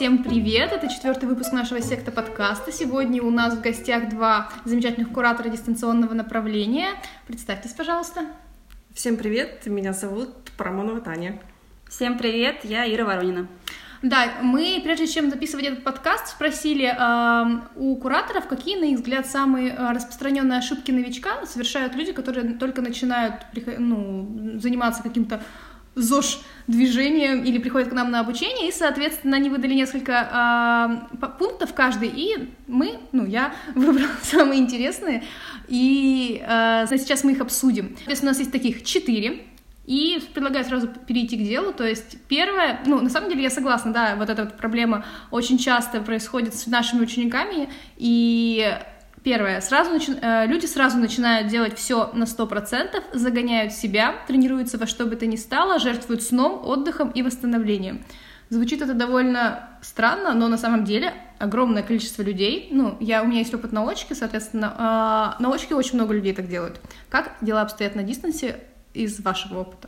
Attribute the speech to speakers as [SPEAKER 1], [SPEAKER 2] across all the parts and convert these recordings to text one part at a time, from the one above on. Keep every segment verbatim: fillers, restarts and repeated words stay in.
[SPEAKER 1] всем привет! Это четвертый выпуск нашего секта подкаста. Сегодня у нас в гостях два замечательных куратора дистанционного направления. Представьтесь, пожалуйста.
[SPEAKER 2] Всем привет, меня зовут Парамонова Таня.
[SPEAKER 3] Всем привет, я Ира Воронина.
[SPEAKER 1] Да, мы, прежде чем записывать этот подкаст, спросили э, у кураторов, какие, на их взгляд, самые распространенные ошибки новичка совершают люди, которые только начинают ну, заниматься каким-то ЗОЖ-движением или приходят к нам на обучение, и, соответственно, они выдали несколько э, пунктов каждый, и мы, ну, я выбрала самые интересные, и э, сейчас мы их обсудим. То есть у нас есть таких четыре. И предлагаю сразу перейти к делу, то есть первое, ну, на самом деле я согласна, да, вот эта вот проблема очень часто происходит с нашими учениками, и первое, сразу начи... люди сразу начинают делать все на сто процентов, загоняют себя, тренируются во что бы то ни стало, жертвуют сном, отдыхом и восстановлением. Звучит это довольно странно, но на самом деле огромное количество людей, ну, я, у меня есть опыт на очке, соответственно, на очке очень много людей так делают. Как дела обстоят на дистансе из вашего опыта?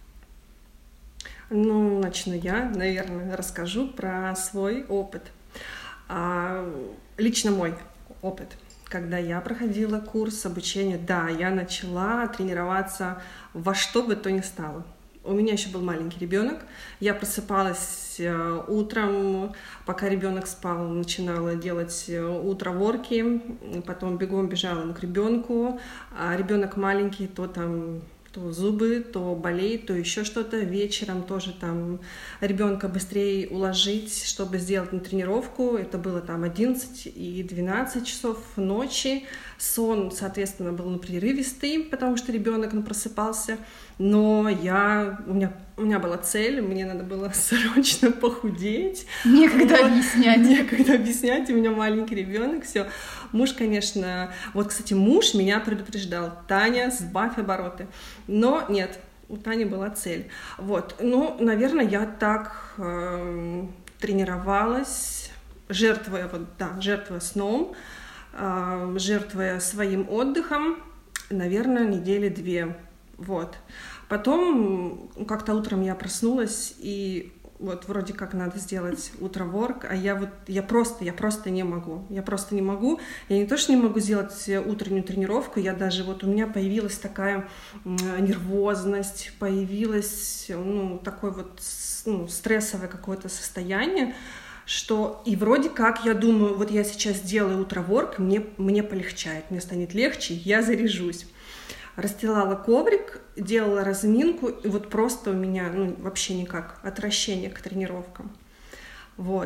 [SPEAKER 2] Ну, начну я, наверное, расскажу про свой опыт. А, лично мой опыт. Когда я проходила курс обучения, да, я начала тренироваться во что бы то ни стало. У меня еще был маленький ребенок. Я просыпалась утром, пока ребенок спал, начинала делать утро-ворки, потом бегом бежала к ребенку. А ребенок маленький, то там то зубы, то болеет, то еще что-то. Вечером тоже там ребенка быстрее уложить, чтобы сделать на тренировку. Это было там одиннадцать и двенадцать часов ночи. Сон, соответственно, был прерывистый, потому что ребенок ну, просыпался. Но я, у меня, у меня была цель, мне надо было срочно похудеть.
[SPEAKER 1] Некогда вот, объяснять.
[SPEAKER 2] Некогда объяснять, у меня маленький ребенок, все. Муж, конечно, вот, кстати, муж меня предупреждал: Таня, сбавь обороты. Но нет, у Тани была цель. Вот, ну, наверное, я так э, тренировалась, жертвуя, вот, да, жертвуя сном, э, жертвуя своим отдыхом, наверное, недели две. Вот. Потом как-то утром я проснулась, и вот вроде как надо сделать утро-ворк, а я вот, я просто, я просто не могу. Я просто не могу. Я не то, что не могу сделать утреннюю тренировку, я даже, вот у меня появилась такая нервозность, появилось, ну, такое вот, ну, стрессовое какое-то состояние, что и вроде как я думаю, вот я сейчас сделаю утро-ворк, мне, мне полегчает, мне станет легче, я заряжусь. Расстилала коврик, делала разминку, и вот просто у меня, ну, вообще никак, отвращение к тренировкам. Вот.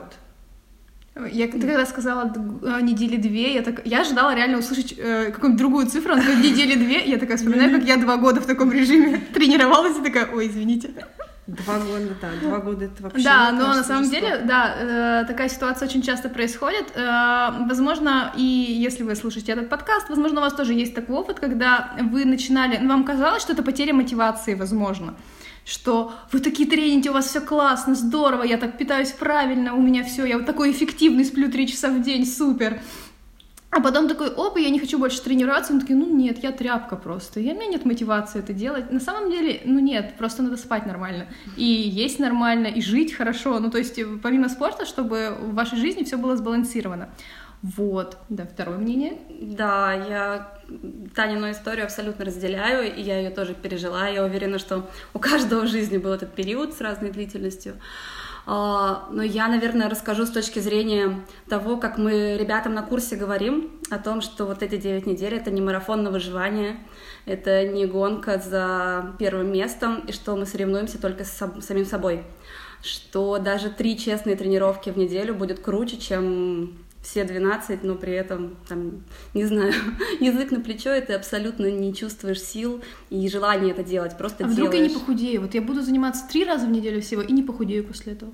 [SPEAKER 1] Я, ты когда сказала недели две, я, так, я ожидала реально услышать э, какую-нибудь другую цифру, но недели две, я такая вспоминаю, как я два года в таком режиме тренировалась, и такая, ой, извините.
[SPEAKER 2] Два года, да, два года это вообще...
[SPEAKER 1] Да, но на самом деле, да, э, такая ситуация очень часто происходит. Э, возможно, и если вы слушаете этот подкаст, возможно, у вас тоже есть такой опыт, когда вы начинали, ну, вам казалось, что это потеря мотивации, возможно, что вы такие трените, у вас все классно, здорово, я так питаюсь правильно, у меня все, я вот такой эффективный, сплю три часа в день, супер. А потом такой, опа, я не хочу больше тренироваться. Он такой, ну нет, я тряпка просто, и у меня нет мотивации это делать. На самом деле, ну нет, просто надо спать нормально, и есть нормально, и жить хорошо. Ну то есть помимо спорта, чтобы в вашей жизни все было сбалансировано. Вот, да, второе мнение?
[SPEAKER 3] Да, я Танину историю абсолютно разделяю, и я ее тоже пережила. Я уверена, что у каждого в жизни был этот период с разной длительностью. Но я, наверное, расскажу с точки зрения того, как мы ребятам на курсе говорим о том, что вот эти девять недель — это не марафон на выживание, это не гонка за первым местом, и что мы соревнуемся только с самим собой, что даже три честные тренировки в неделю будет круче, чем все двенадцать, но при этом, там, не знаю, язык на плечо, и ты абсолютно не чувствуешь сил и желания это делать, просто
[SPEAKER 1] а
[SPEAKER 3] делаешь.
[SPEAKER 1] А вдруг я не похудею? Вот я буду заниматься три раза в неделю всего и не похудею после этого.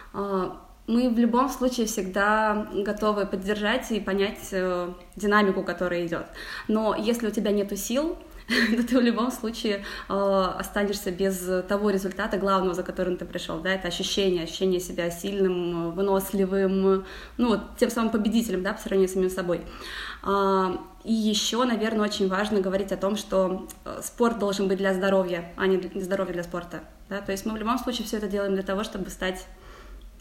[SPEAKER 3] Мы в любом случае всегда готовы поддержать и понять э, динамику, которая идет. Но если у тебя нету сил, то ты в любом случае э, останешься без того результата главного, за которым ты пришел, да, это ощущение, ощущение себя сильным, выносливым, ну, вот, тем самым победителем, да, по сравнению с самим собой. Э, и еще, наверное, очень важно говорить о том, что спорт должен быть для здоровья, а не для здоровья для спорта, да, то есть мы в любом случае все это делаем для того, чтобы стать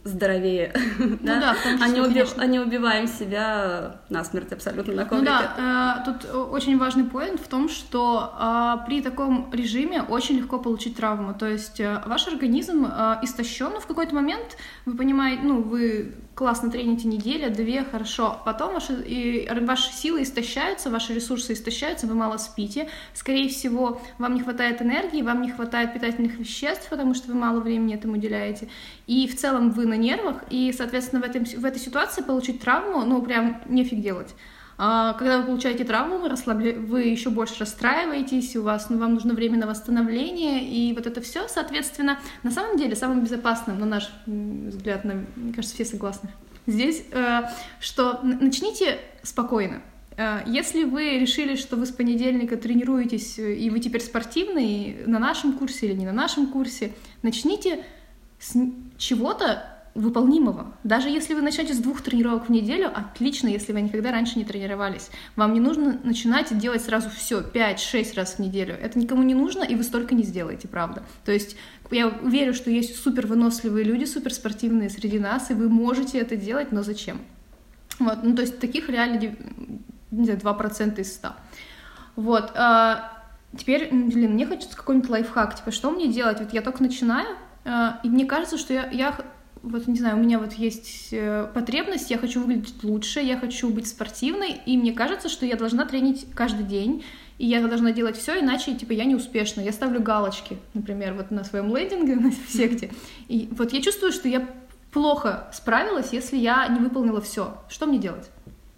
[SPEAKER 3] здоровее.
[SPEAKER 1] Ну да, да, в том числе,
[SPEAKER 3] а, не уби...
[SPEAKER 1] конечно.
[SPEAKER 3] а не убиваем себя насмерть абсолютно на коврике.
[SPEAKER 1] Ну да, э, тут очень важный поинт в том, что э, при таком режиме очень легко получить травму. То есть э, ваш организм э, истощен, но в какой-то момент вы понимаете, ну, вы классно трените неделю, две, хорошо, потом ваши, и, ваши силы истощаются, ваши ресурсы истощаются, вы мало спите, скорее всего, вам не хватает энергии, вам не хватает питательных веществ, потому что вы мало времени этому уделяете, и в целом вы на нервах, и, соответственно, в, этом, в этой ситуации получить травму, ну, прям нефиг делать. Когда вы получаете травму, вы, расслабля... вы еще больше расстраиваетесь, у вас, ну, вам нужно время на восстановление, и вот это все, соответственно, на самом деле самым безопасным, на наш взгляд, на... мне кажется, все согласны здесь, что начните спокойно. Если вы решили, что вы с понедельника тренируетесь, и вы теперь спортивный на нашем курсе или не на нашем курсе, начните с чего-то выполнимого. Даже если вы начнете с двух тренировок в неделю, отлично, если вы никогда раньше не тренировались. Вам не нужно начинать делать сразу все пять-шесть раз в неделю. Это никому не нужно, и вы столько не сделаете, правда. То есть я верю, что есть супер выносливые люди, суперспортивные среди нас, и вы можете это делать, но зачем? Вот, ну то есть таких реально, не знаю, два процента из ста. Вот. А теперь, блин, мне хочется какой-нибудь лайфхак, типа, что мне делать? Вот я только начинаю, и мне кажется, что я, я вот, не знаю, у меня вот есть потребность, я хочу выглядеть лучше, я хочу быть спортивной, и мне кажется, что я должна тренить каждый день, и я должна делать все, иначе, типа, я не успешна. Я ставлю галочки, например, вот на своем лендинге, в секте, и вот я чувствую, что я плохо справилась, если я не выполнила все. Что мне делать?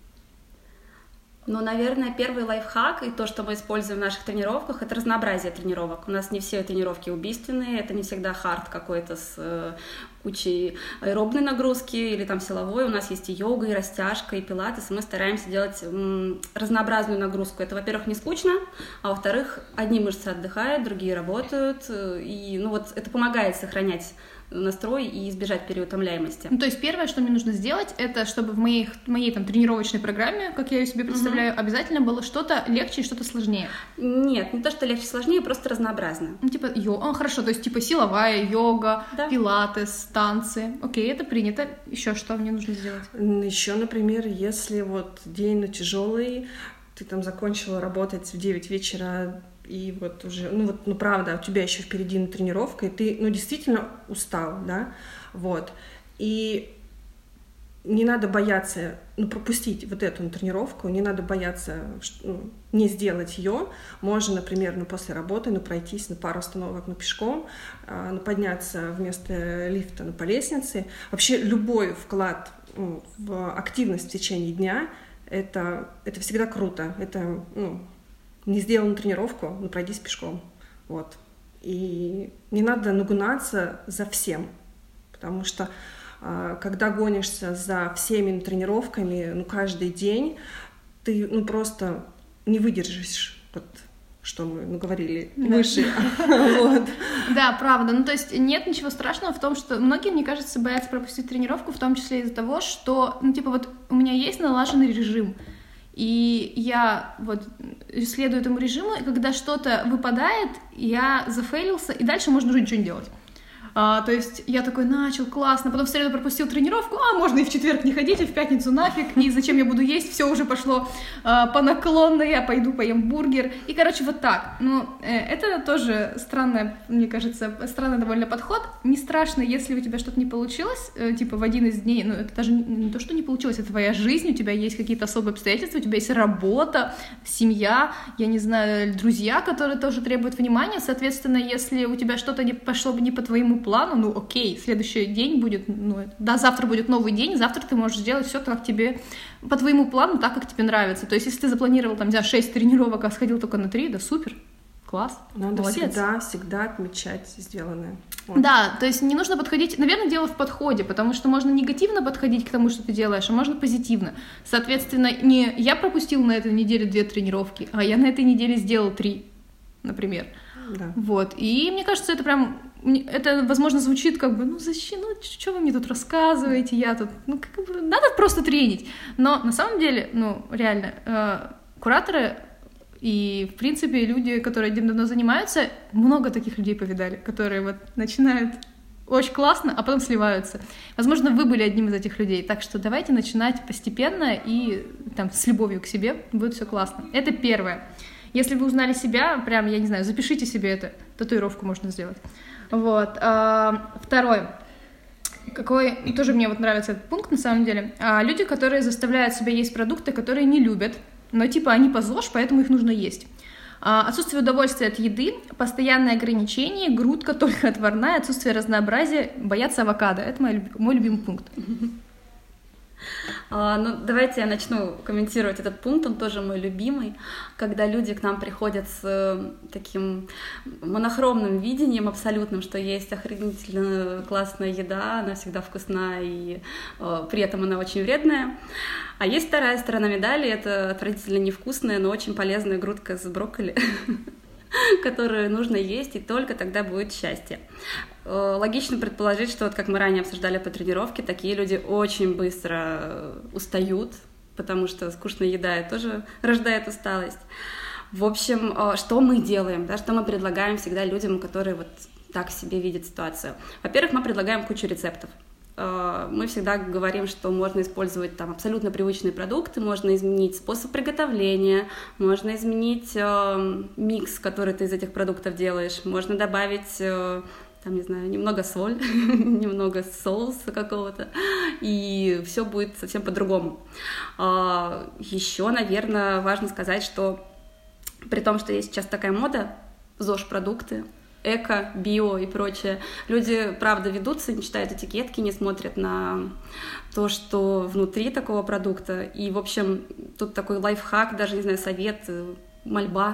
[SPEAKER 3] Ну, наверное, первый лайфхак и то, что мы используем в наших тренировках, это разнообразие тренировок. У нас не все тренировки убийственные, это не всегда хард какой-то с э, кучей аэробной нагрузки или там силовой. У нас есть и йога, и растяжка, и пилатес, и мы стараемся делать м, разнообразную нагрузку. Это, во-первых, не скучно, а во-вторых, одни мышцы отдыхают, другие работают, и ну, вот это помогает сохранять настрой и избежать переутомляемости.
[SPEAKER 1] Ну, то есть первое, что мне нужно сделать, это чтобы в моей, в моей там, тренировочной программе, как я ее себе представляю, угу. обязательно было что-то легче и что-то сложнее.
[SPEAKER 3] Нет, не то, что легче, сложнее, просто разнообразно.
[SPEAKER 1] Ну, типа, йога, хорошо, то есть типа силовая, йога, да. пилатес, танцы. Окей, это принято. Еще что мне нужно сделать?
[SPEAKER 2] Еще, например, если вот день ну, тяжелый, ты там закончила работать в девять вечера, и вот уже, ну вот, ну правда, у тебя еще впереди тренировка, и ты, ну действительно устал, да, вот, и не надо бояться, ну пропустить вот эту тренировку, не надо бояться ну, не сделать ее, можно, например, ну после работы, ну пройтись на пару остановок, ну пешком, ну подняться вместо лифта, ну по лестнице, вообще любой вклад ну, в активность в течение дня, это, это всегда круто, это, ну, не сделал тренировку, ну, пройдись пешком, вот. И не надо нагнаться за всем, потому что э, когда гонишься за всеми тренировками, ну, каждый день, ты, ну, просто не выдержишь, вот, что мы ну, говорили выше.
[SPEAKER 1] Да, правда. Ну, то есть нет ничего страшного в том, что многие, мне кажется, боятся пропустить тренировку, в том числе из-за того, что, ну, типа, вот у меня есть налаженный режим, и я вот следую этому режиму, и когда что-то выпадает, я зафейлился, и дальше можно уже ничего не делать. А, то есть я такой начал, классно, потом в среду пропустил тренировку, а можно и в четверг не ходить, и в пятницу нафиг, и зачем я буду есть, все уже пошло а, по наклонной, я пойду поем бургер, и, короче, вот так. Ну, э, это тоже странный, мне кажется, странный довольно подход. Не страшно, если у тебя что-то не получилось, э, типа в один из дней, ну, это даже не, не то, что не получилось, это твоя жизнь, у тебя есть какие-то особые обстоятельства, у тебя есть работа, семья, я не знаю, друзья, которые тоже требуют внимания, соответственно, если у тебя что-то не пошло бы не по твоему плану, ну окей, следующий день будет, ну, да, завтра будет новый день, завтра ты можешь сделать все как тебе, по твоему плану, так, как тебе нравится. То есть, если ты запланировал там, за шесть тренировок, а сходил только на три, да супер, класс,
[SPEAKER 2] надо
[SPEAKER 1] молодец.
[SPEAKER 2] всегда, всегда отмечать сделанное. Вот.
[SPEAKER 1] Да, то есть не нужно подходить, наверное, дело в подходе, потому что можно негативно подходить к тому, что ты делаешь, а можно позитивно. Соответственно, не я пропустил на этой неделе две тренировки, а я на этой неделе сделал три, например.
[SPEAKER 2] Да.
[SPEAKER 1] Вот, и мне кажется, это прям, это, возможно, звучит как бы, ну зачем, ну что вы мне тут рассказываете, я тут, ну как бы, надо просто тренить, но на самом деле, ну реально, э, кураторы и, в принципе, люди, которые этим давно занимаются, много таких людей повидали, которые вот начинают очень классно, а потом сливаются. Возможно, вы были одним из этих людей, так что давайте начинать постепенно и там с любовью к себе, будет все классно. Это первое. Если вы узнали себя, прям, я не знаю, запишите себе это, татуировку можно сделать. Вот. А, второе. Какой, тоже мне вот нравится этот пункт, на самом деле. А, люди, которые заставляют себя есть продукты, которые не любят, но типа они по ЗОЖ, поэтому их нужно есть. А, отсутствие удовольствия от еды, постоянное ограничение, грудка только отварная, отсутствие разнообразия, боятся авокадо. Это мой, мой любимый пункт.
[SPEAKER 3] А, ну, давайте я начну комментировать этот пункт, он тоже мой любимый, когда люди к нам приходят с э, таким монохромным видением абсолютным, что есть охренительно классная еда, она всегда вкусна и э, при этом она очень вредная. А есть вторая сторона медали, это отвратительно невкусная, но очень полезная грудка с брокколи, которую нужно есть, и только тогда будет счастье. Логично предположить, что, вот как мы ранее обсуждали по тренировке, такие люди очень быстро устают, потому что скучная еда тоже рождает усталость. В общем, что мы делаем, да, что мы предлагаем всегда людям, которые вот так себе видят ситуацию? Во-первых, мы предлагаем кучу рецептов. Мы всегда говорим, что можно использовать там абсолютно привычные продукты, можно изменить способ приготовления, можно изменить э, микс, который ты из этих продуктов делаешь, можно добавить, э, там, не знаю, немного соль, немного соуса какого-то, и все будет совсем по-другому. Еще, наверное, важно сказать, что при том, что есть сейчас такая мода, ЗОЖ-продукты, эко, био и прочее. Люди, правда, ведутся, не читают этикетки, не смотрят на то, что внутри такого продукта. И, в общем, тут такой лайфхак, даже, не знаю, совет, мольба.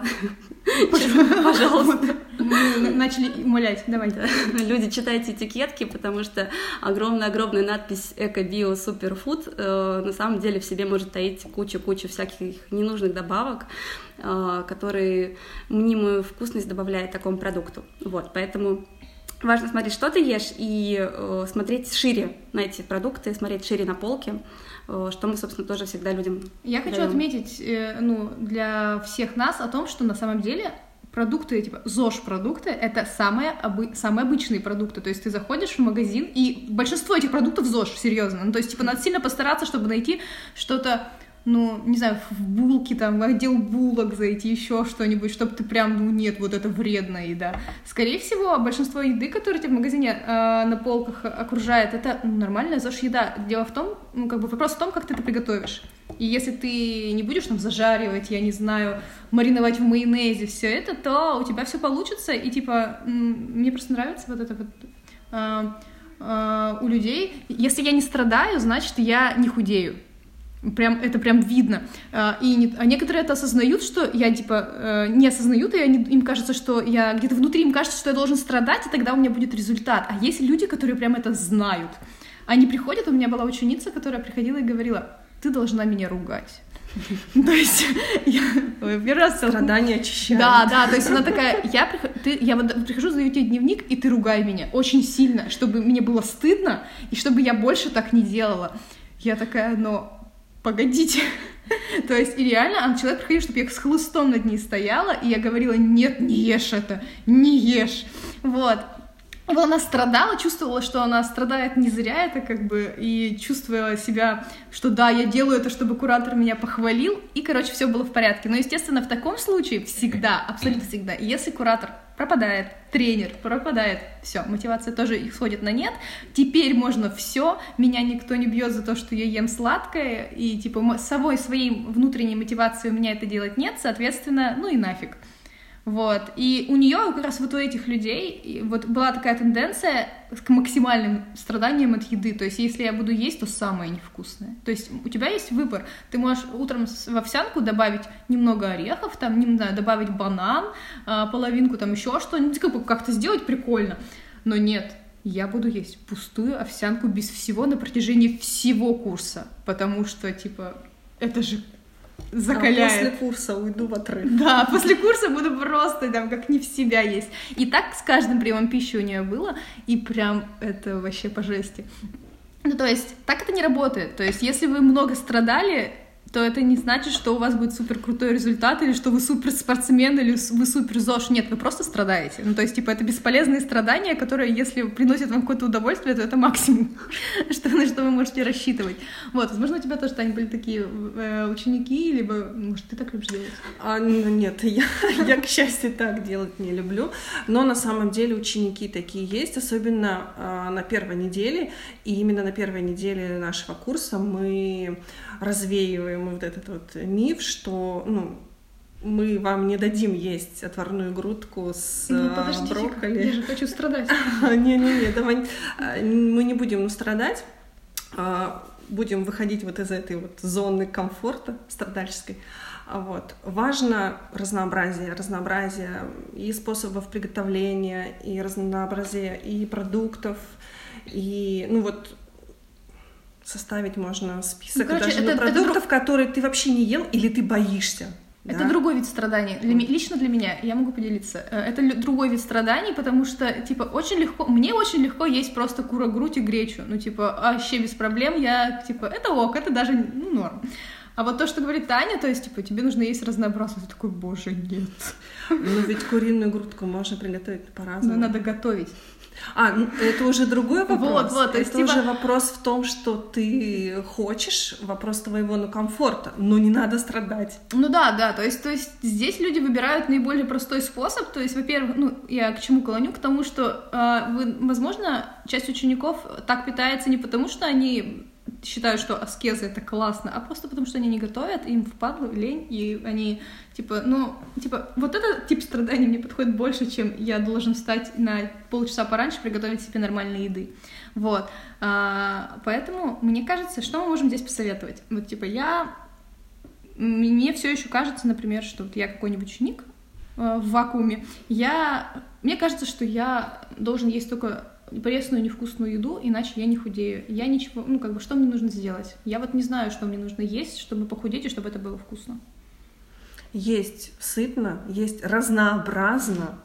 [SPEAKER 3] Пожалуйста.
[SPEAKER 1] Мы начали умолять, давайте.
[SPEAKER 3] Люди, читайте этикетки, потому что огромная-огромная надпись «Эко-био суперфуд» э, на самом деле в себе может таить кучу-кучу всяких ненужных добавок, э, которые мнимую вкусность добавляют такому продукту. Вот, поэтому важно смотреть, что ты ешь, и э, смотреть шире на эти продукты, смотреть шире на полки, э, что мы, собственно, тоже всегда людям
[SPEAKER 1] Я хочу
[SPEAKER 3] даем.
[SPEAKER 1] отметить, э, ну, для всех нас о том, что на самом деле продукты, типа ЗОЖ-продукты, это самые, обы... самые обычные продукты. То есть ты заходишь в магазин, и большинство этих продуктов ЗОЖ, серьезно. Ну, то есть, типа, надо сильно постараться, чтобы найти что-то, ну, не знаю, в булки, там, в отдел булок зайти, еще что-нибудь, чтобы ты прям, ну, нет, вот это вредная еда. Скорее всего, большинство еды, которая тебя в магазине э, на полках окружает, это ну, нормальная ЗОЖ-еда. Дело в том, ну, как бы вопрос в том, как ты это приготовишь. И если ты не будешь там зажаривать, я не знаю, мариновать в майонезе все это, то у тебя все получится. И типа, мне просто нравится вот это вот а, а, у людей. Если я не страдаю, значит, я не худею. Прям, это прям видно. А, и не, а некоторые это осознают, что я, типа, не осознают, и они, им кажется, что я где-то внутри, им кажется, что я должен страдать, и тогда у меня будет результат. А есть люди, которые прям это знают. Они приходят, у меня была ученица, которая приходила и говорила: ты должна меня ругать. То есть я первый раз...
[SPEAKER 2] Страдания очищают.
[SPEAKER 1] Да, да, то есть она такая, я, ты, я вот прихожу, задаю тебе дневник, и ты ругай меня очень сильно, чтобы мне было стыдно, и чтобы я больше так не делала. Я такая, но погодите. То есть, и реально, человек приходил, чтобы я с хлыстом над ней стояла, и я говорила: нет, не ешь это, не ешь. Вот. Она страдала, чувствовала, что она страдает не зря, это как бы, и чувствовала себя, что да, я делаю это, чтобы куратор меня похвалил, и, короче, все было в порядке. Но, естественно, в таком случае всегда, абсолютно всегда, если куратор пропадает, тренер пропадает, все, мотивация тоже их сходит на нет, теперь можно все, меня никто не бьет за то, что я ем сладкое, и, типа, самой своей внутренней мотивации у меня это делать нет, соответственно, ну и нафиг. Вот, и у нее как раз вот у этих людей вот была такая тенденция к максимальным страданиям от еды, то есть если я буду есть, то самое невкусное, то есть у тебя есть выбор, ты можешь утром в овсянку добавить немного орехов, там, не знаю, добавить банан, половинку, там еще что-нибудь, как-то сделать прикольно, но нет, я буду есть пустую овсянку без всего на протяжении всего курса, потому что, типа, это же закаляет.
[SPEAKER 2] А после курса уйду в отрыв.
[SPEAKER 1] Да, после курса буду просто там как не в себя есть. И так с каждым приемом пищи у нее было, и прям это вообще по жести. Ну, то есть, так это не работает. То есть, если вы много страдали, то это не значит, что у вас будет супер крутой результат, или что вы супер спортсмен, или вы супер ЗОЖ. Нет, вы просто страдаете. Ну, то есть, типа, это бесполезные страдания, которые, если приносят вам какое-то удовольствие, то это максимум, что, на что вы можете рассчитывать. Вот, возможно, у тебя тоже, Тань, были такие э, ученики, либо, может, ты так любишь делать?
[SPEAKER 2] А, ну, нет, я, я, к счастью, так делать не люблю, но на самом деле ученики такие есть, особенно э, на первой неделе, и именно на первой неделе нашего курса мы развеиваем вот этот вот миф, что, ну, мы вам не дадим есть отварную грудку с
[SPEAKER 1] ну, подожди,
[SPEAKER 2] брокколи.
[SPEAKER 1] Я же хочу страдать.
[SPEAKER 2] Не-не-не, давай, мы не будем страдать, будем выходить вот из этой вот зоны комфорта страдальческой. Вот. Важно разнообразие, разнообразие и способов приготовления, и разнообразие и продуктов, и, ну вот, составить можно список, ну, короче, даже это, продуктов, это... которые ты вообще не ел или ты боишься.
[SPEAKER 1] Это
[SPEAKER 2] да?
[SPEAKER 1] другой вид страданий. Для, лично для меня, я могу поделиться, это другой вид страданий, потому что, типа, очень легко, мне очень легко есть просто курогрудь и гречу, ну, типа, вообще без проблем, я, типа, это ок, это даже, ну, норм. А вот то, что говорит Таня, то есть, типа, тебе нужно есть разнообразие, ты такой, боже, нет.
[SPEAKER 2] Ну, ведь куриную грудку можно приготовить по-разному.
[SPEAKER 1] Но надо готовить.
[SPEAKER 2] А, ну, это уже другой вопрос.
[SPEAKER 1] Вот, вот, то есть,
[SPEAKER 2] это
[SPEAKER 1] типа...
[SPEAKER 2] уже вопрос в том, что ты хочешь, вопрос твоего, ну, комфорта, но не надо страдать.
[SPEAKER 1] Ну да, да, то есть, то есть здесь люди выбирают наиболее простой способ, то есть, во-первых, ну, я к чему клоню? К тому, что, э, вы, возможно, часть учеников так питается не потому, что они считают, что аскеза — это классно, а просто потому, что они не готовят, им впадло, лень, и они, типа, ну, типа, вот этот тип страданий мне подходит больше, чем я должен встать на полчаса пораньше, приготовить себе нормальной еды. Вот. А, поэтому, мне кажется, что мы можем здесь посоветовать? Вот, типа, я... Мне все еще кажется, например, что вот я какой-нибудь ученик э, в вакууме, я... Мне кажется, что я должен есть только пресную невкусную еду, иначе я не худею. Я ничего, ну, как бы, что мне нужно сделать? Я вот не знаю, что мне нужно есть, чтобы похудеть и чтобы это было вкусно.
[SPEAKER 2] Есть сытно, есть разнообразно.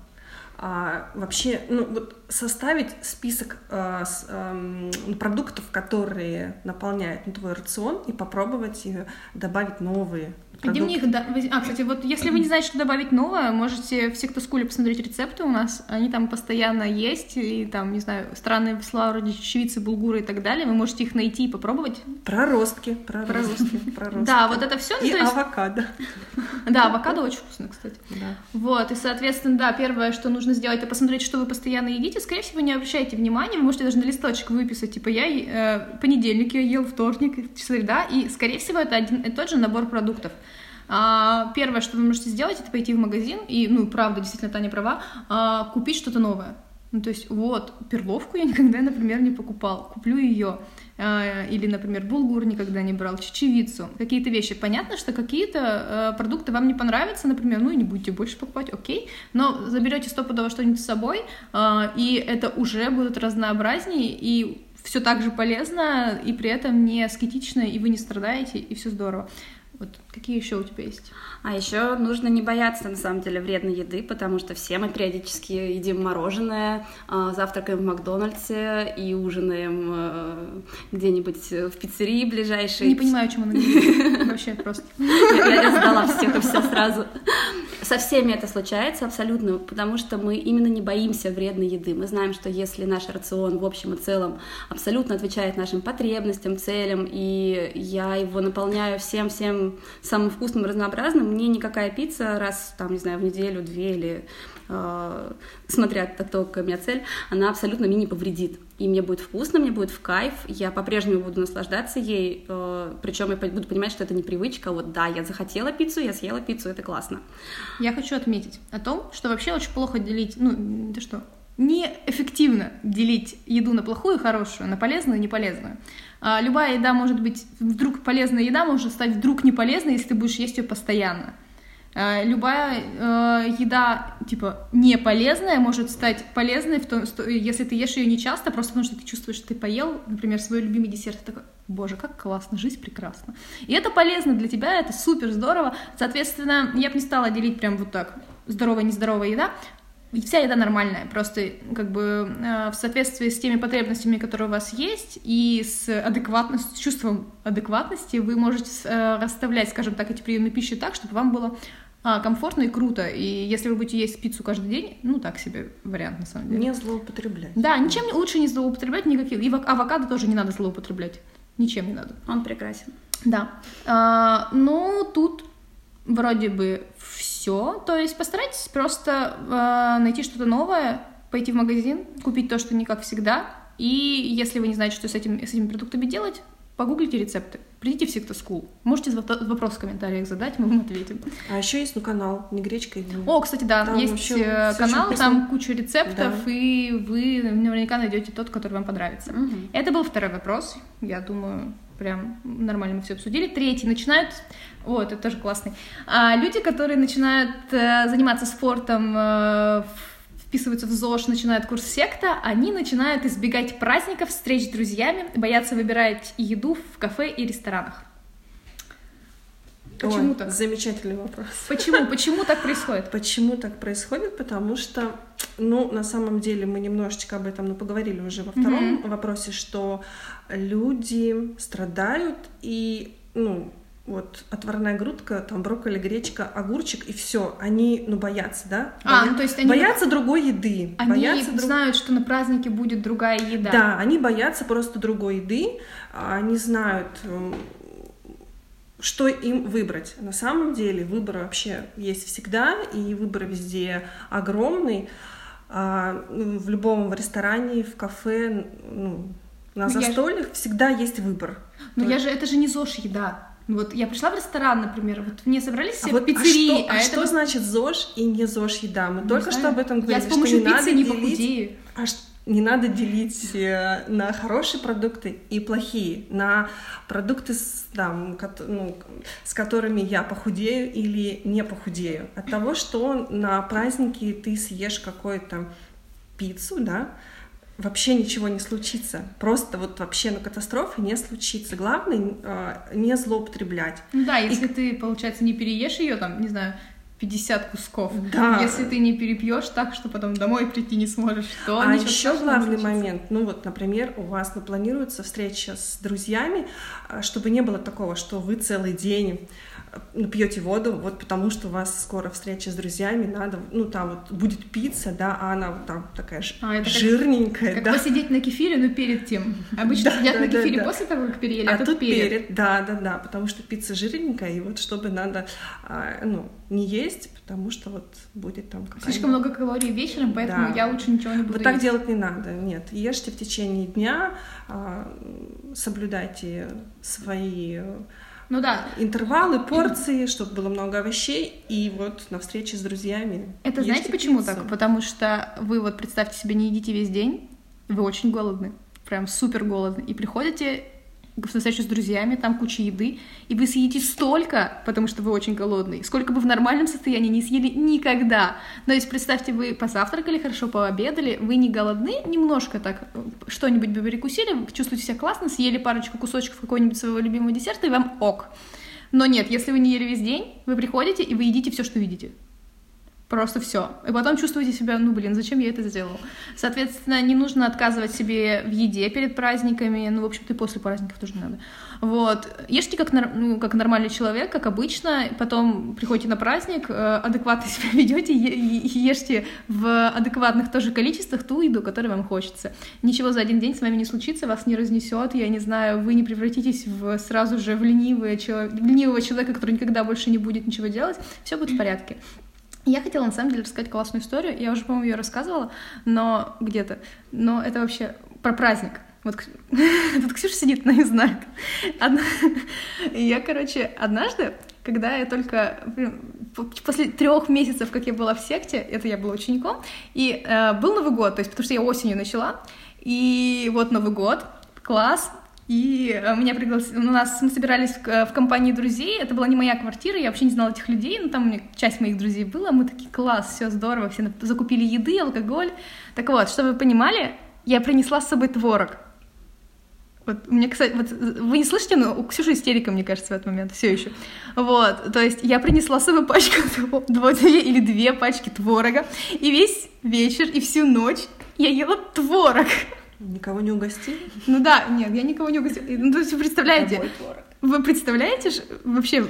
[SPEAKER 2] А, вообще, ну, вот составить список а, с, а, продуктов, которые наполняют ну, твой рацион, и попробовать и добавить новые.
[SPEAKER 1] Где мне их... Да... А, кстати, вот если вы не знаете, что добавить новое, можете в Сектоскуле посмотреть рецепты у нас. Они там постоянно есть. И там, не знаю, страны слова вроде чечевицы, булгуры и так далее. Вы можете их найти и попробовать.
[SPEAKER 2] Проростки. Проростки. Проростки.
[SPEAKER 1] Да, вот это все.
[SPEAKER 2] И есть... авокадо.
[SPEAKER 1] Да, авокадо очень вкусно, кстати.
[SPEAKER 2] Да.
[SPEAKER 1] Вот, и, соответственно, да, первое, что нужно сделать, это посмотреть, что вы постоянно едите. Скорее всего, не обращайте внимания. Вы можете даже на листочек выписать. Типа, я э, понедельник я ел, вторник, среда. И, скорее всего, это один и тот же набор продуктов. Первое, что вы можете сделать, это пойти в магазин и, ну, правда, действительно, Таня права, купить что-то новое. Ну, то есть, вот, перловку я никогда, например, не покупал, куплю ее. Или, например, булгур никогда не брал, чечевицу, какие-то вещи. Понятно, что какие-то продукты вам не понравятся, например, ну и не будете больше покупать, окей, но заберете стопудово что-нибудь с собой, и это уже будет разнообразнее, и все так же полезно, и при этом не аскетично, и вы не страдаете, и все здорово. Вот какие еще у тебя есть?
[SPEAKER 3] А еще нужно не бояться, на самом деле, вредной еды, потому что все мы периодически едим мороженое, завтракаем в Макдональдсе и ужинаем где-нибудь в пиццерии ближайшей.
[SPEAKER 1] Не понимаю, о чем она говорит. Вообще просто.
[SPEAKER 3] Я сдала всех и все сразу. Со всеми это случается абсолютно, потому что мы именно не боимся вредной еды. Мы знаем, что если наш рацион в общем и целом абсолютно отвечает нашим потребностям, целям, и я его наполняю всем-всем самым вкусным и разнообразным, мне никакая пицца раз, там, не знаю, в неделю, две или э, смотря на то, какая у меня цель, она абсолютно мне не повредит. И мне будет вкусно, мне будет в кайф, я по-прежнему буду наслаждаться ей, э, причем я буду понимать, что это не привычка, вот да, я захотела пиццу, я съела пиццу, это классно.
[SPEAKER 1] Я хочу отметить о том, что вообще очень плохо делить, ну, это что, неэффективно делить еду на плохую и хорошую, на полезную и неполезную. А, любая еда может быть, вдруг полезная еда может стать вдруг неполезной, если ты будешь есть ее постоянно. А, любая э, еда, типа, не полезная может стать полезной, в том, что, если ты ешь ее не часто, просто потому что ты чувствуешь, что ты поел, например, свой любимый десерт, ты такой, боже, как классно, жизнь прекрасна. И это полезно для тебя, это супер здорово. Соответственно, я бы не стала делить прям вот так, здоровая, нездоровая еда. Вся еда нормальная, просто как бы в соответствии с теми потребностями, которые у вас есть, и с адекватностью, с чувством адекватности вы можете расставлять, скажем так, эти приемы пищи так, чтобы вам было комфортно и круто. И если вы будете есть пиццу каждый день, ну так себе вариант на самом деле.
[SPEAKER 2] Не злоупотреблять.
[SPEAKER 1] Да, ничем лучше не злоупотреблять никаких. И авокадо тоже не надо злоупотреблять. Ничем не надо.
[SPEAKER 3] Он прекрасен.
[SPEAKER 1] Да. А, ну, тут вроде бы все. То есть постарайтесь просто э, найти что-то новое, пойти в магазин, купить то, что не как всегда. И если вы не знаете, что с, этим, с этими продуктами делать, погуглите рецепты. Придите в Sicta School. Можете вопрос в комментариях задать, мы вам ответим.
[SPEAKER 2] А еще есть ну, канал «Не гречка и вино».
[SPEAKER 1] О, кстати, да,
[SPEAKER 2] там
[SPEAKER 1] есть канал, там куча рецептов,
[SPEAKER 2] да.
[SPEAKER 1] И вы наверняка найдете тот, который вам понравится.
[SPEAKER 3] Угу.
[SPEAKER 1] Это был второй вопрос. Я думаю, прям нормально мы все обсудили. Третий начинают... Вот, это тоже классный. А, люди, которые начинают э, заниматься спортом, э, вписываются в ЗОЖ, начинают курс секта, они начинают избегать праздников, встреч с друзьями, боятся выбирать еду в кафе и ресторанах. Почему
[SPEAKER 2] Ой,
[SPEAKER 1] так?
[SPEAKER 2] Замечательный вопрос.
[SPEAKER 1] Почему? Почему так происходит?
[SPEAKER 2] Почему так происходит? Потому что, ну, на самом деле мы немножечко об этом ну, поговорили уже во втором mm-hmm. вопросе, что люди страдают и, ну, вот отварная грудка, там брокколи, гречка, огурчик и все, они, ну, боятся, да?
[SPEAKER 1] А,
[SPEAKER 2] Боя...
[SPEAKER 1] ну, то есть они...
[SPEAKER 2] Боятся другой еды.
[SPEAKER 1] Они
[SPEAKER 2] боятся
[SPEAKER 1] знают, друг... что на празднике будет другая еда.
[SPEAKER 2] Да, они боятся просто другой еды, они знают, что им выбрать. На самом деле выбор вообще есть всегда, и выбор везде огромный. В любом ресторане, в кафе, ну, на
[SPEAKER 1] ну,
[SPEAKER 2] застольях
[SPEAKER 1] же...
[SPEAKER 2] всегда есть выбор.
[SPEAKER 1] Но я же, это же не ЗОЖ еда. Вот я пришла в ресторан, например, вот мне собрались все
[SPEAKER 2] а
[SPEAKER 1] в
[SPEAKER 2] вот,
[SPEAKER 1] пиццерии.
[SPEAKER 2] А что, а
[SPEAKER 1] а
[SPEAKER 2] что
[SPEAKER 1] это...
[SPEAKER 2] значит ЗОЖ и не ЗОЖ еда? Мы
[SPEAKER 1] не
[SPEAKER 2] только
[SPEAKER 1] знаю.
[SPEAKER 2] что об этом говорили,
[SPEAKER 1] я с помощью
[SPEAKER 2] что не
[SPEAKER 1] пиццы
[SPEAKER 2] надо
[SPEAKER 1] не
[SPEAKER 2] делить...
[SPEAKER 1] похудею.
[SPEAKER 2] А что... Не надо делить на хорошие продукты и плохие, на продукты, с, там, ну, с которыми я похудею или не похудею. От того, что на празднике ты съешь какую-то пиццу, да, вообще ничего не случится. Просто вот вообще ну, катастрофы не случится. Главное э, не злоупотреблять.
[SPEAKER 1] Да, если и... ты, получается, не переешь ее, там, не знаю, пятьдесят кусков.
[SPEAKER 2] Да.
[SPEAKER 1] Если ты не перепьешь так, что потом домой прийти не сможешь, то
[SPEAKER 2] а
[SPEAKER 1] ничего
[SPEAKER 2] еще главный момент, ну вот, например, у вас ну, планируется встреча с друзьями, чтобы не было такого, что вы целый день пьете воду, вот потому что у вас скоро встреча с друзьями, надо, ну там вот будет пицца, да, а она вот там такая а, жирненькая,
[SPEAKER 1] как,
[SPEAKER 2] да.
[SPEAKER 1] Как посидеть на кефире, но перед тем. Обычно
[SPEAKER 2] да,
[SPEAKER 1] сидят
[SPEAKER 2] да,
[SPEAKER 1] на кефире
[SPEAKER 2] да,
[SPEAKER 1] после того, как переели,
[SPEAKER 2] а,
[SPEAKER 1] а тут,
[SPEAKER 2] тут
[SPEAKER 1] перед.
[SPEAKER 2] перед. Да, да, да, потому что пицца жирненькая, и вот чтобы надо, ну, не есть, потому что вот будет там какая-то...
[SPEAKER 1] Слишком много калорий вечером, поэтому
[SPEAKER 2] да.
[SPEAKER 1] я лучше ничего не буду
[SPEAKER 2] Вот
[SPEAKER 1] есть.
[SPEAKER 2] так делать не надо, нет. Ешьте в течение дня, соблюдайте свои...
[SPEAKER 1] Ну да.
[SPEAKER 2] интервалы, порции, чтобы было много овощей, и вот на встрече с друзьями.
[SPEAKER 1] Это знаете почему так? Потому что вы вот представьте себе, не едите весь день, вы очень голодны, прям супер голодны, и приходите на встречу с друзьями, там куча еды, и вы съедите столько, потому что вы очень голодный, сколько бы в нормальном состоянии не съели никогда. То есть представьте, вы позавтракали, хорошо пообедали, вы не голодны, немножко так что-нибудь бы перекусили, чувствуете себя классно, съели парочку кусочков какого-нибудь своего любимого десерта, и вам ок. Но нет, если вы не ели весь день, вы приходите, и вы едите все, что видите. Просто все. И потом чувствуете себя, ну, блин, зачем я это сделал? Соответственно, не нужно отказывать себе в еде перед праздниками, ну, в общем-то, и после праздников тоже не надо. Вот. Ешьте как, ну, как нормальный человек, как обычно, потом приходите на праздник, адекватно себя ведете, ешьте в адекватных тоже количествах ту еду, которую вам хочется. Ничего за один день с вами не случится, вас не разнесет, я не знаю, вы не превратитесь в, сразу же в ленивого человека, ленивого человека, который никогда больше не будет ничего делать, все будет в порядке. Я хотела, на самом деле, рассказать классную историю. Я уже, по-моему, ее рассказывала, но где-то. Но это вообще про праздник. Вот тут Ксюша сидит, она не знает. Одна... Я, короче, однажды, когда я только... После трех месяцев, как я была в секте, это я была учеником, и э, был Новый год, то есть потому что я осенью начала, и вот Новый год, класс, и меня пригласили, у нас мы собирались в, в компании друзей, это была не моя квартира, я вообще не знала этих людей, но там у меня часть моих друзей была, мы такие, класс, все здорово, все закупили еды, алкоголь. Так вот, чтобы вы понимали, я принесла с собой творог. Вот, у меня, кстати, вот, вы не слышите, но у Ксюши истерика, мне кажется, в этот момент, все еще. Вот, то есть я принесла с собой пачку, две или две пачки творога, и весь вечер и всю ночь я ела творог.
[SPEAKER 2] Никого не угостили?
[SPEAKER 1] Ну да, нет, я никого не угостила. Ну, то есть вы представляете, вы представляете вообще...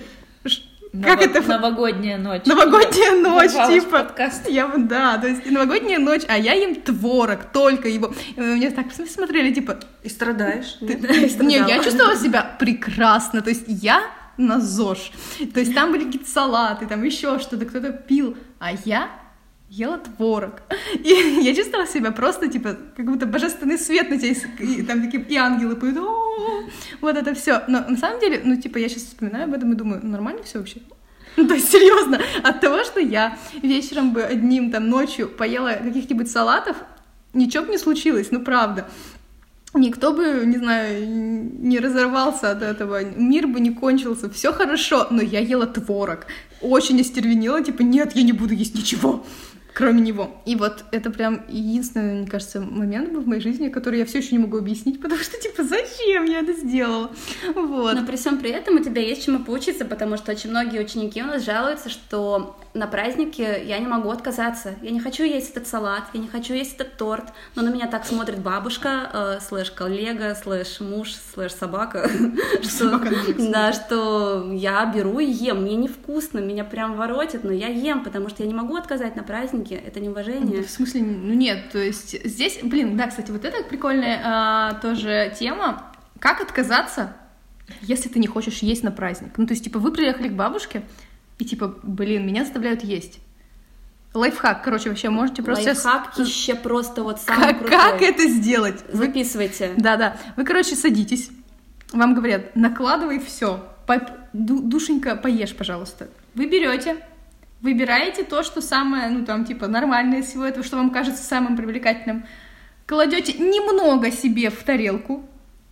[SPEAKER 1] Как
[SPEAKER 4] Ново-
[SPEAKER 1] это?
[SPEAKER 4] Новогодняя ночь.
[SPEAKER 1] Новогодняя ночь,
[SPEAKER 4] Ворвалась
[SPEAKER 1] типа.
[SPEAKER 4] в подкаст.
[SPEAKER 1] Я, да, то есть новогодняя ночь, а я ем творог, только его. И мне так смотрели, типа...
[SPEAKER 2] И страдаешь? Нет?
[SPEAKER 1] Не, я чувствовала себя прекрасно, то есть я на ЗОЖ. То есть там были какие-то салаты, там еще что-то, кто-то пил, а я ела творог. И я чувствовала себя просто, типа, как будто божественный свет на тебя, и там такие и ангелы поют, о-о-о, вот это все. Но на самом деле, ну, типа, я сейчас вспоминаю об этом и думаю, нормально все вообще? Ну, то есть, серьезно, от того, что я вечером бы одним там ночью поела каких-нибудь салатов, ничего бы не случилось, ну, правда. Никто бы, не знаю, не разорвался от этого, мир бы не кончился, все хорошо, но я ела творог, очень остервенела, типа, нет, я не буду есть ничего, кроме него. И вот это прям единственный, мне кажется, момент был в моей жизни, который я все еще не могу объяснить, потому что, типа, зачем я это сделала? Вот.
[SPEAKER 3] Но при всем при этом у тебя есть чему поучиться, потому что очень многие ученики у нас жалуются, что на празднике я не могу отказаться. Я не хочу есть этот салат, я не хочу есть этот торт, но на меня так смотрит бабушка, э, слэш коллега, слэш муж, слэш собака, что, да, что я беру и ем. Мне невкусно, меня прям воротит, но я ем, потому что я не могу отказать на празднике. Это неуважение.
[SPEAKER 1] В смысле, ну нет, то есть здесь, блин, да, кстати, вот это прикольная а, тоже тема. Как отказаться, если ты не хочешь есть на праздник? Ну, то есть, типа, вы приехали к бабушке, и типа, блин, меня заставляют есть. Лайфхак, короче, вообще можете просто...
[SPEAKER 3] Лайфхак
[SPEAKER 1] сейчас...
[SPEAKER 3] еще просто вот самый
[SPEAKER 1] как,
[SPEAKER 3] крутой.
[SPEAKER 1] как это сделать?
[SPEAKER 3] Записывайте.
[SPEAKER 1] Да-да. Вы, короче, садитесь, вам говорят, накладывай все, душенька, поешь, пожалуйста. Вы берете, выбираете то, что самое, ну, там, типа, нормальное из всего этого, что вам кажется самым привлекательным, кладете немного себе в тарелку,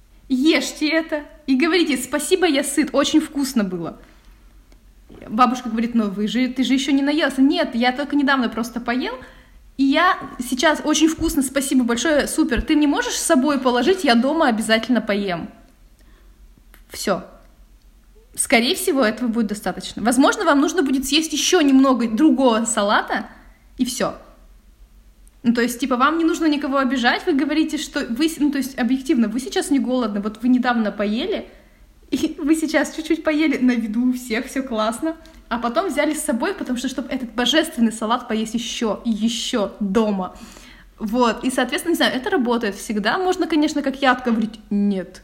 [SPEAKER 1] ешьте это и говорите, спасибо, я сыт, очень вкусно было. Бабушка говорит, ну вы же, ты же еще не наелся. Нет, я только недавно просто поел, и я сейчас очень вкусно, спасибо большое, супер. Ты не можешь с собой положить, я дома обязательно поем. Все. Скорее всего, этого будет достаточно. Возможно, вам нужно будет съесть еще немного другого салата, и все. Ну, то есть, типа, вам не нужно никого обижать, вы говорите, что вы, ну, то есть, объективно, вы сейчас не голодны, вот вы недавно поели, и вы сейчас чуть-чуть поели на виду у всех, все классно, а потом взяли с собой, потому что, чтобы этот божественный салат поесть еще и еще дома. Вот, и, соответственно, не знаю, это работает всегда. Можно, конечно, как я, говорить «нет».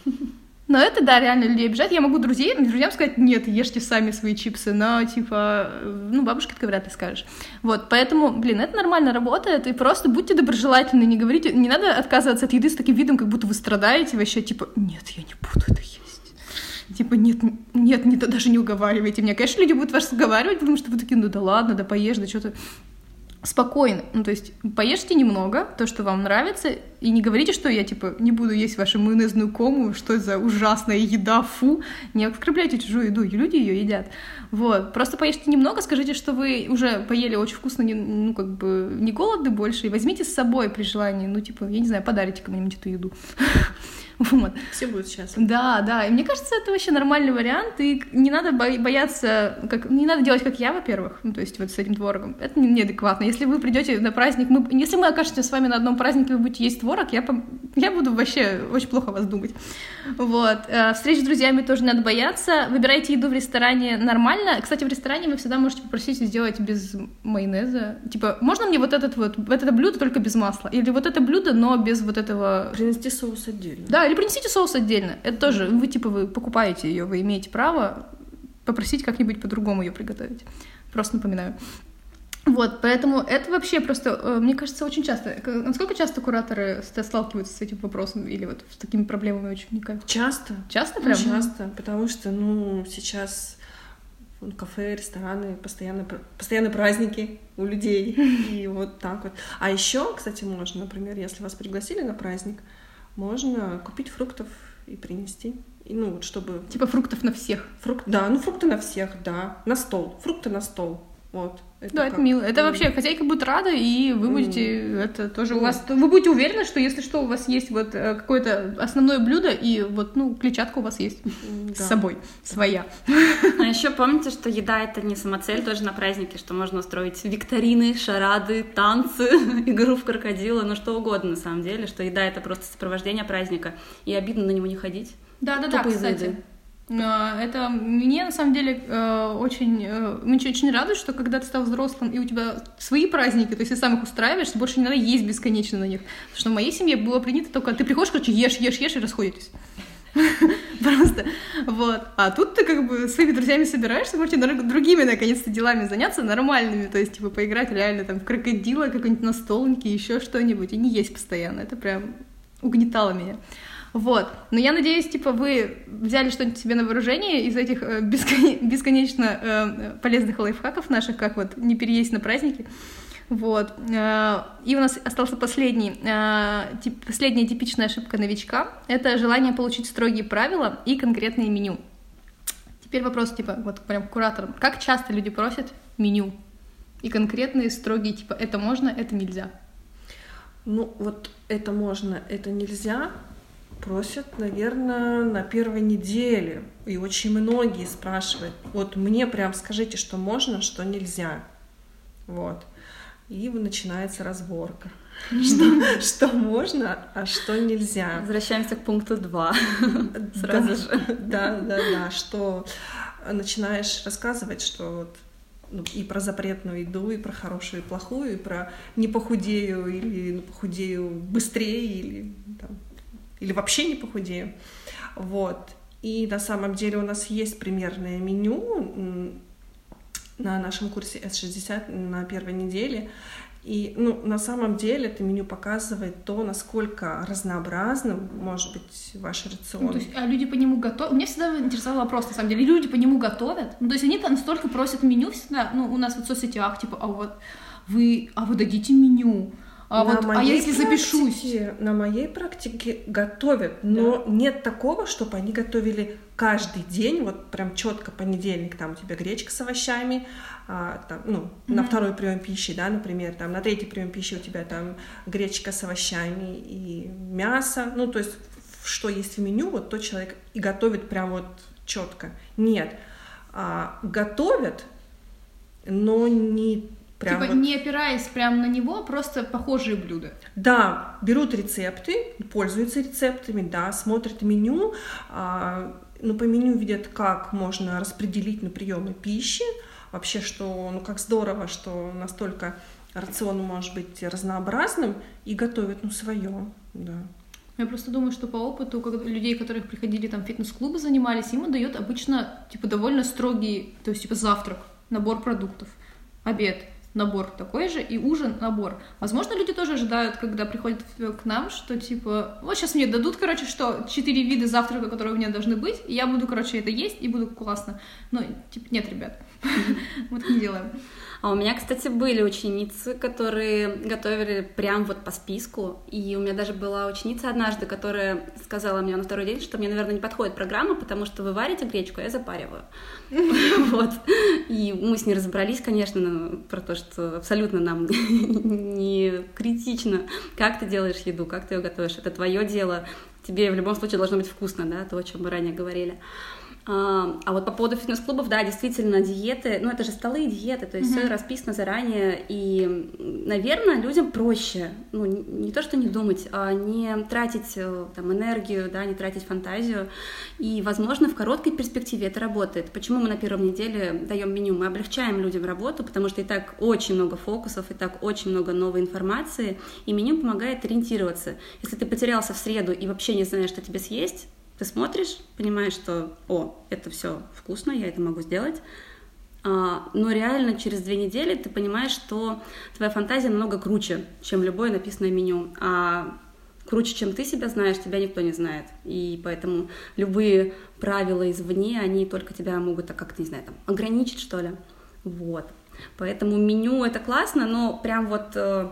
[SPEAKER 1] Но это, да, реально людей обижает. Я могу друзей, друзьям сказать «нет, ешьте сами свои чипсы», но, типа, ну, бабушке такое вряд ли скажешь. Вот, поэтому, блин, это нормально работает, и просто будьте доброжелательны, не говорите, не надо отказываться от еды с таким видом, как будто вы страдаете вообще, типа «нет, я не буду это есть». Типа, нет, нет, не, даже не уговаривайте меня. Конечно, люди будут вас уговаривать, потому что вы такие, ну да ладно, да поешь, да что-то. Спокойно. Ну, то есть, поешьте немного, то, что вам нравится, и не говорите, что я, типа, не буду есть вашу майонезную кому, что это за ужасная еда, фу. Не оскорбляйте чужую еду, люди ее едят. Вот. Просто поешьте немного, скажите, что вы уже поели очень вкусно, не, ну, как бы, не голодны больше, и возьмите с собой при желании, ну, типа, я не знаю, подарите кому-нибудь эту еду. Вот.
[SPEAKER 2] Все будут счастливы.
[SPEAKER 1] Да, да. И мне кажется, это вообще нормальный вариант. И не надо бояться, как, не надо делать, как я, во-первых. Ну, то есть вот с этим творогом. Это неадекватно. Если вы придете на праздник, мы, если мы окажемся с вами на одном празднике, вы будете есть творог, я, я буду вообще очень плохо о вас думать. Вот. Встреч с друзьями тоже не надо бояться. Выбирайте еду в ресторане нормально. Кстати, в ресторане вы всегда можете попросить сделать без майонеза. Типа, можно мне вот этот вот, вот это блюдо только без масла? Или вот это блюдо, но без вот этого...
[SPEAKER 2] Принести соус отдельно.
[SPEAKER 1] Да, или принесите соус отдельно. Это тоже, вы типа вы покупаете ее, вы имеете право попросить как-нибудь по-другому ее приготовить. Просто напоминаю. Вот, поэтому это вообще просто, мне кажется, очень часто. Насколько часто кураторы сталкиваются с этим вопросом или вот с такими проблемами учеников?
[SPEAKER 2] Часто.
[SPEAKER 1] Часто прям?
[SPEAKER 2] Часто, потому что, ну, сейчас кафе, рестораны, постоянно, постоянно праздники у людей, и вот так вот. А еще, кстати, можно, например, если вас пригласили на праздник, можно купить фруктов и принести. И, ну, чтобы...
[SPEAKER 1] Типа фруктов на всех.
[SPEAKER 2] Фрукт... Да, ну фрукты на всех, да. На стол. Фрукты на стол. Вот.
[SPEAKER 1] Это да, как... это мило. Это вообще хозяйка будет рада, и вы будете mm. это тоже mm. у вас. Вы будете уверены, что если что, у вас есть вот какое-то основное блюдо, и вот, ну, клетчатка у вас есть mm, с да. собой, своя.
[SPEAKER 3] А еще помните, что еда — это не самоцель тоже на празднике, что можно устроить викторины, шарады, танцы, игру в крокодила, ну что угодно на самом деле, что еда — это просто сопровождение праздника, и обидно на него не ходить.
[SPEAKER 1] Да-да-да, кстати. Это мне, на самом деле, очень, меня очень радует, что когда ты стал взрослым, и у тебя свои праздники, то есть ты сам их устраиваешь, больше не надо есть бесконечно на них. Потому что в моей семье было принято только, ты приходишь, короче, ешь, ешь, ешь и расходитесь. Просто, вот. А тут ты как бы своими друзьями собираешься, можете другими, наконец-то, делами заняться, нормальными, то есть, типа, поиграть реально там в крокодила, какой-нибудь настолники, еще что-нибудь, и не есть постоянно. Это прям угнетало меня. Вот. Но я надеюсь, типа, вы взяли что-нибудь себе на вооружение из этих э, бескон... бесконечно э, полезных лайфхаков наших, как вот не переесть на праздники. Вот. Э, и у нас остался последний, э, тип... последняя типичная ошибка новичка. Это желание получить строгие правила и конкретные меню. Теперь вопрос, типа, вот прям к кураторам. Как часто люди просят меню? И конкретные, строгие, типа, это можно, это нельзя?
[SPEAKER 2] Ну, вот это можно, это нельзя... Просят, наверное, на первой неделе. И очень многие спрашивают, вот мне прям скажите, что можно, что нельзя. Вот. И начинается разборка. Что, что можно, а что нельзя.
[SPEAKER 3] Возвращаемся к пункту два. Сразу же.
[SPEAKER 2] Да, да, да. Что начинаешь рассказывать, что вот ну, и про запретную еду, и про хорошую, и плохую, и про не похудею, или похудею быстрее, или там, или вообще не похудею. Вот. И на самом деле у нас есть примерное меню на нашем курсе эс шестьдесят на первой неделе. И ну, на самом деле это меню показывает то, насколько разнообразным может быть ваш рацион.
[SPEAKER 1] Ну, то есть, а люди по нему готовят? Меня всегда интересовал вопрос, на самом деле. Люди по нему готовят? Ну, то есть они там столько просят меню всегда, ну, у нас вот в соцсетях, типа, а вот вы, а вы дадите меню? А, вот, а я если запишусь?
[SPEAKER 2] На моей практике готовят, но да. Нет такого, чтобы они готовили каждый день, вот прям четко понедельник, там у тебя гречка с овощами, а, там, ну, mm-hmm. на второй прием пищи, да, например, там на третий прием пищи у тебя там гречка с овощами и мясо, ну, то есть что есть в меню, вот тот человек и готовит прям вот четко. Нет, а, готовят, но не
[SPEAKER 1] прям типа вот... не опираясь прямо на него, просто похожие блюда.
[SPEAKER 2] Да, берут рецепты, пользуются рецептами, да, смотрят меню, а, ну, по меню видят, как можно распределить на приемы пищи, вообще, что, ну, как здорово, что настолько рацион может быть разнообразным, и готовят, ну, свое, да.
[SPEAKER 1] Я просто думаю, что по опыту как людей, которых приходили там в фитнес-клубы, занимались, им дают обычно, типа, довольно строгий, то есть, типа, завтрак, набор продуктов, обед, набор такой же, и ужин, набор. Возможно, люди тоже ожидают, когда приходят к нам, что типа, вот сейчас мне дадут, короче, что четыре вида завтрака, которые у меня должны быть, и я буду, короче, это есть, и буду классно. Ну, типа, нет, ребят, мы так не делаем.
[SPEAKER 3] А у меня, кстати, были ученицы, которые готовили прям вот по списку, и у меня даже была ученица однажды, которая сказала мне на второй день, что мне, наверное, не подходит программа, потому что вы варите гречку, а я запариваю. Вот. И мы с ней разобрались, конечно, про то, что абсолютно нам не критично, как ты делаешь еду, как ты ее готовишь. Это твое дело, тебе в любом случае должно быть вкусно, да, то, о чем мы ранее говорили. А, а вот по поводу фитнес-клубов, да, действительно, диеты, ну, это же столы и диеты, то есть mm-hmm. все расписано заранее, и, наверное, людям проще, ну, не то, что не думать, а не тратить там энергию, да, не тратить фантазию, и, возможно, в короткой перспективе это работает. Почему мы на первой неделе даем меню? Мы облегчаем людям работу, потому что и так очень много фокусов, и так очень много новой информации, и меню помогает ориентироваться. Если ты потерялся в среду и вообще не знаешь, что тебе съесть, ты смотришь, понимаешь, что, о, это все вкусно, я это могу сделать, а, но реально через две недели ты понимаешь, что твоя фантазия намного круче, чем любое написанное меню, а круче, чем ты себя знаешь, тебя никто не знает, и поэтому любые правила извне, они только тебя могут, так как-то, не знаю, там, ограничить, что ли, вот, поэтому меню это классно, но прям вот...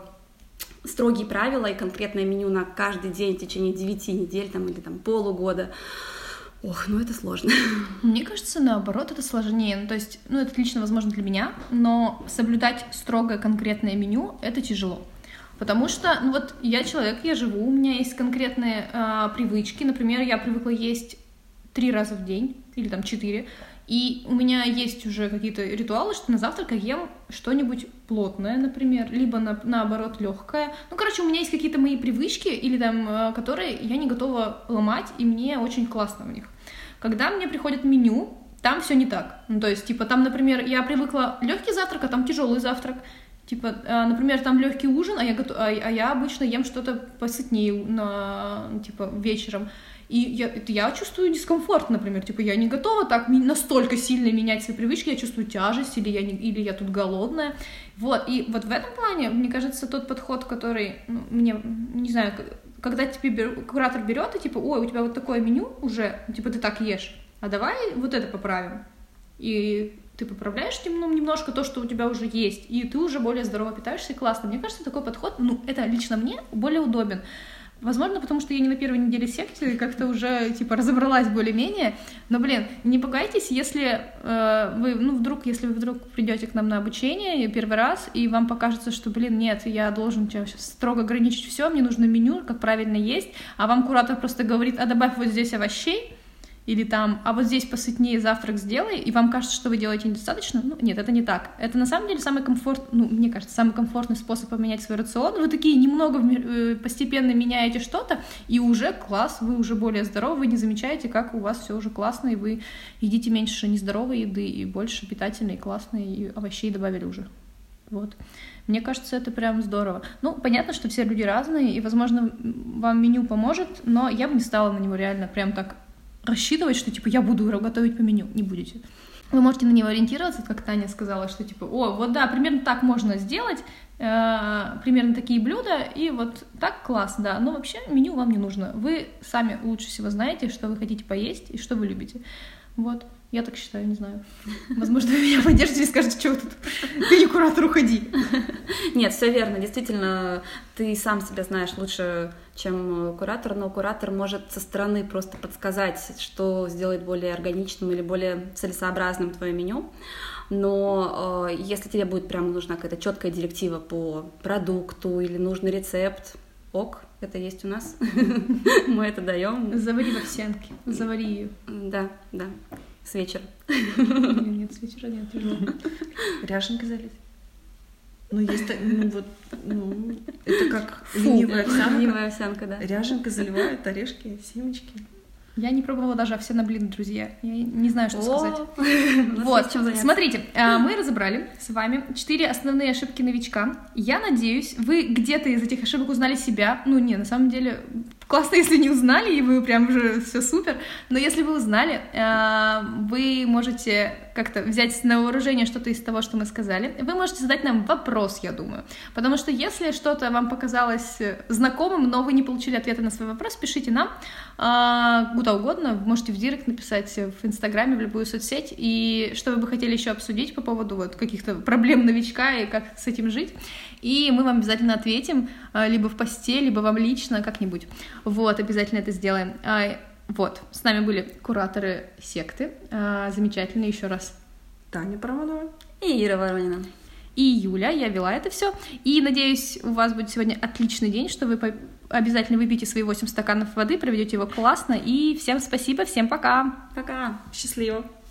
[SPEAKER 3] строгие правила и конкретное меню на каждый день в течение девяти недель там, или там, полугода. Ох, ну это сложно.
[SPEAKER 1] Мне кажется, наоборот, это сложнее. Ну, то есть, ну, это лично возможно для меня, но соблюдать строгое конкретное меню — это тяжело. Потому что, ну вот, я человек, я живу, у меня есть конкретные э, привычки. Например, я привыкла есть три раза в день, или там четыре, и у меня есть уже какие-то ритуалы, что на завтрак я ем что-нибудь плотное, например, либо на, наоборот легкое. Ну, короче, у меня есть какие-то мои привычки, или там, э, которые я не готова ломать, и мне очень классно в них. Когда мне приходит меню, там все не так. Ну, то есть, типа, там, например, я привыкла легкий завтрак, а там тяжелый завтрак. Типа, например, там легкий ужин, а я, готов... а я обычно ем что-то посытнее на... типа, вечером. И я, это я чувствую дискомфорт, например. Типа, я не готова так настолько сильно менять свои привычки, я чувствую тяжесть, или я, не... или я тут голодная. Вот, и вот в этом плане, мне кажется, тот подход, который, ну, мне, не знаю, когда тебе бер... куратор берет и типа, ой, у тебя вот такое меню уже, типа, ты так ешь, а давай вот это поправим. И ты поправляешь немножко то, что у тебя уже есть, и ты уже более здорово питаешься, и классно. Мне кажется, такой подход, ну, это лично мне более удобен. Возможно, потому что я не на первой неделе секции, как-то уже, типа, разобралась более-менее. Но, блин, не пугайтесь, если э, вы, ну, вдруг, если вы вдруг придете к нам на обучение первый раз, и вам покажется, что, блин, нет, я должен сейчас строго ограничить все, мне нужно меню, как правильно есть, а вам куратор просто говорит, а добавь вот здесь овощей, или там, а вот здесь посытнее завтрак сделай, и вам кажется, что вы делаете недостаточно, ну, нет, это не так. Это на самом деле самый комфорт, ну, мне кажется, самый комфортный способ поменять свой рацион. Вы такие немного постепенно меняете что-то, и уже класс, вы уже более здоровы, вы не замечаете, как у вас все уже классно, и вы едите меньше нездоровой еды, и больше питательной, классной, и овощей добавили уже. Вот. Мне кажется, это прям здорово. Ну, понятно, что все люди разные, и, возможно, вам меню поможет, но я бы не стала на него реально прям так рассчитывать, что, типа, я буду готовить по меню. Не будете. Вы можете на него ориентироваться, как Таня сказала, что, типа, о, вот да, примерно так можно сделать, э, примерно такие блюда, и вот так класс, да, но вообще меню вам не нужно. Вы сами лучше всего знаете, что вы хотите поесть и что вы любите. Вот. Я так считаю, не знаю. Возможно, вы меня поддержите и скажете, что вы тут, ты не куратор, уходи.
[SPEAKER 3] Нет, все верно. Действительно, ты сам себя знаешь лучше, чем куратор, но куратор может со стороны просто подсказать, что сделает более органичным или более целесообразным твое меню. Но э, если тебе будет прям нужна какая-то четкая директива по продукту или нужный рецепт, ок, это есть у нас. Мы это даем.
[SPEAKER 1] Завари в овсянке. Завари ее.
[SPEAKER 3] Да, да. С вечера.
[SPEAKER 1] Нет, с вечера нет, тяжело.
[SPEAKER 2] Ряженкой залить. Ну, есть, ну, вот, ну, это как ленивая овсянка.
[SPEAKER 3] Ленивая овсянка, да.
[SPEAKER 2] Ряженка заливает орешки, семечки.
[SPEAKER 1] Я не пробовала даже овсяный блин, друзья. Я не знаю, что сказать.
[SPEAKER 3] О,
[SPEAKER 1] вот, смотрите, мы разобрали с вами четыре основные ошибки новичка. Я надеюсь, вы где-то из этих ошибок узнали себя. Ну, не, на самом деле, классно, если не узнали, и вы прям уже все супер. Но если вы узнали, вы можете как-то взять на вооружение что-то из того, что мы сказали. Вы можете задать нам вопрос, я думаю. Потому что если что-то вам показалось знакомым, но вы не получили ответа на свой вопрос, пишите нам куда угодно. Вы можете в директ написать в Инстаграме, в любую соцсеть. И что вы бы хотели еще обсудить по поводу вот каких-то проблем новичка и как с этим жить. И мы вам обязательно ответим, либо в посте, либо вам лично, как-нибудь. Вот, обязательно это сделаем. Вот, с нами были кураторы секты, замечательные еще раз.
[SPEAKER 2] Таня Парамонова
[SPEAKER 3] и Ира Воронина.
[SPEAKER 1] И Юля, я вела это все. И надеюсь, у вас будет сегодня отличный день, что вы обязательно выпьете свои восемь стаканов воды, проведете его классно. И всем спасибо, всем пока.
[SPEAKER 3] Пока.
[SPEAKER 2] Счастливо.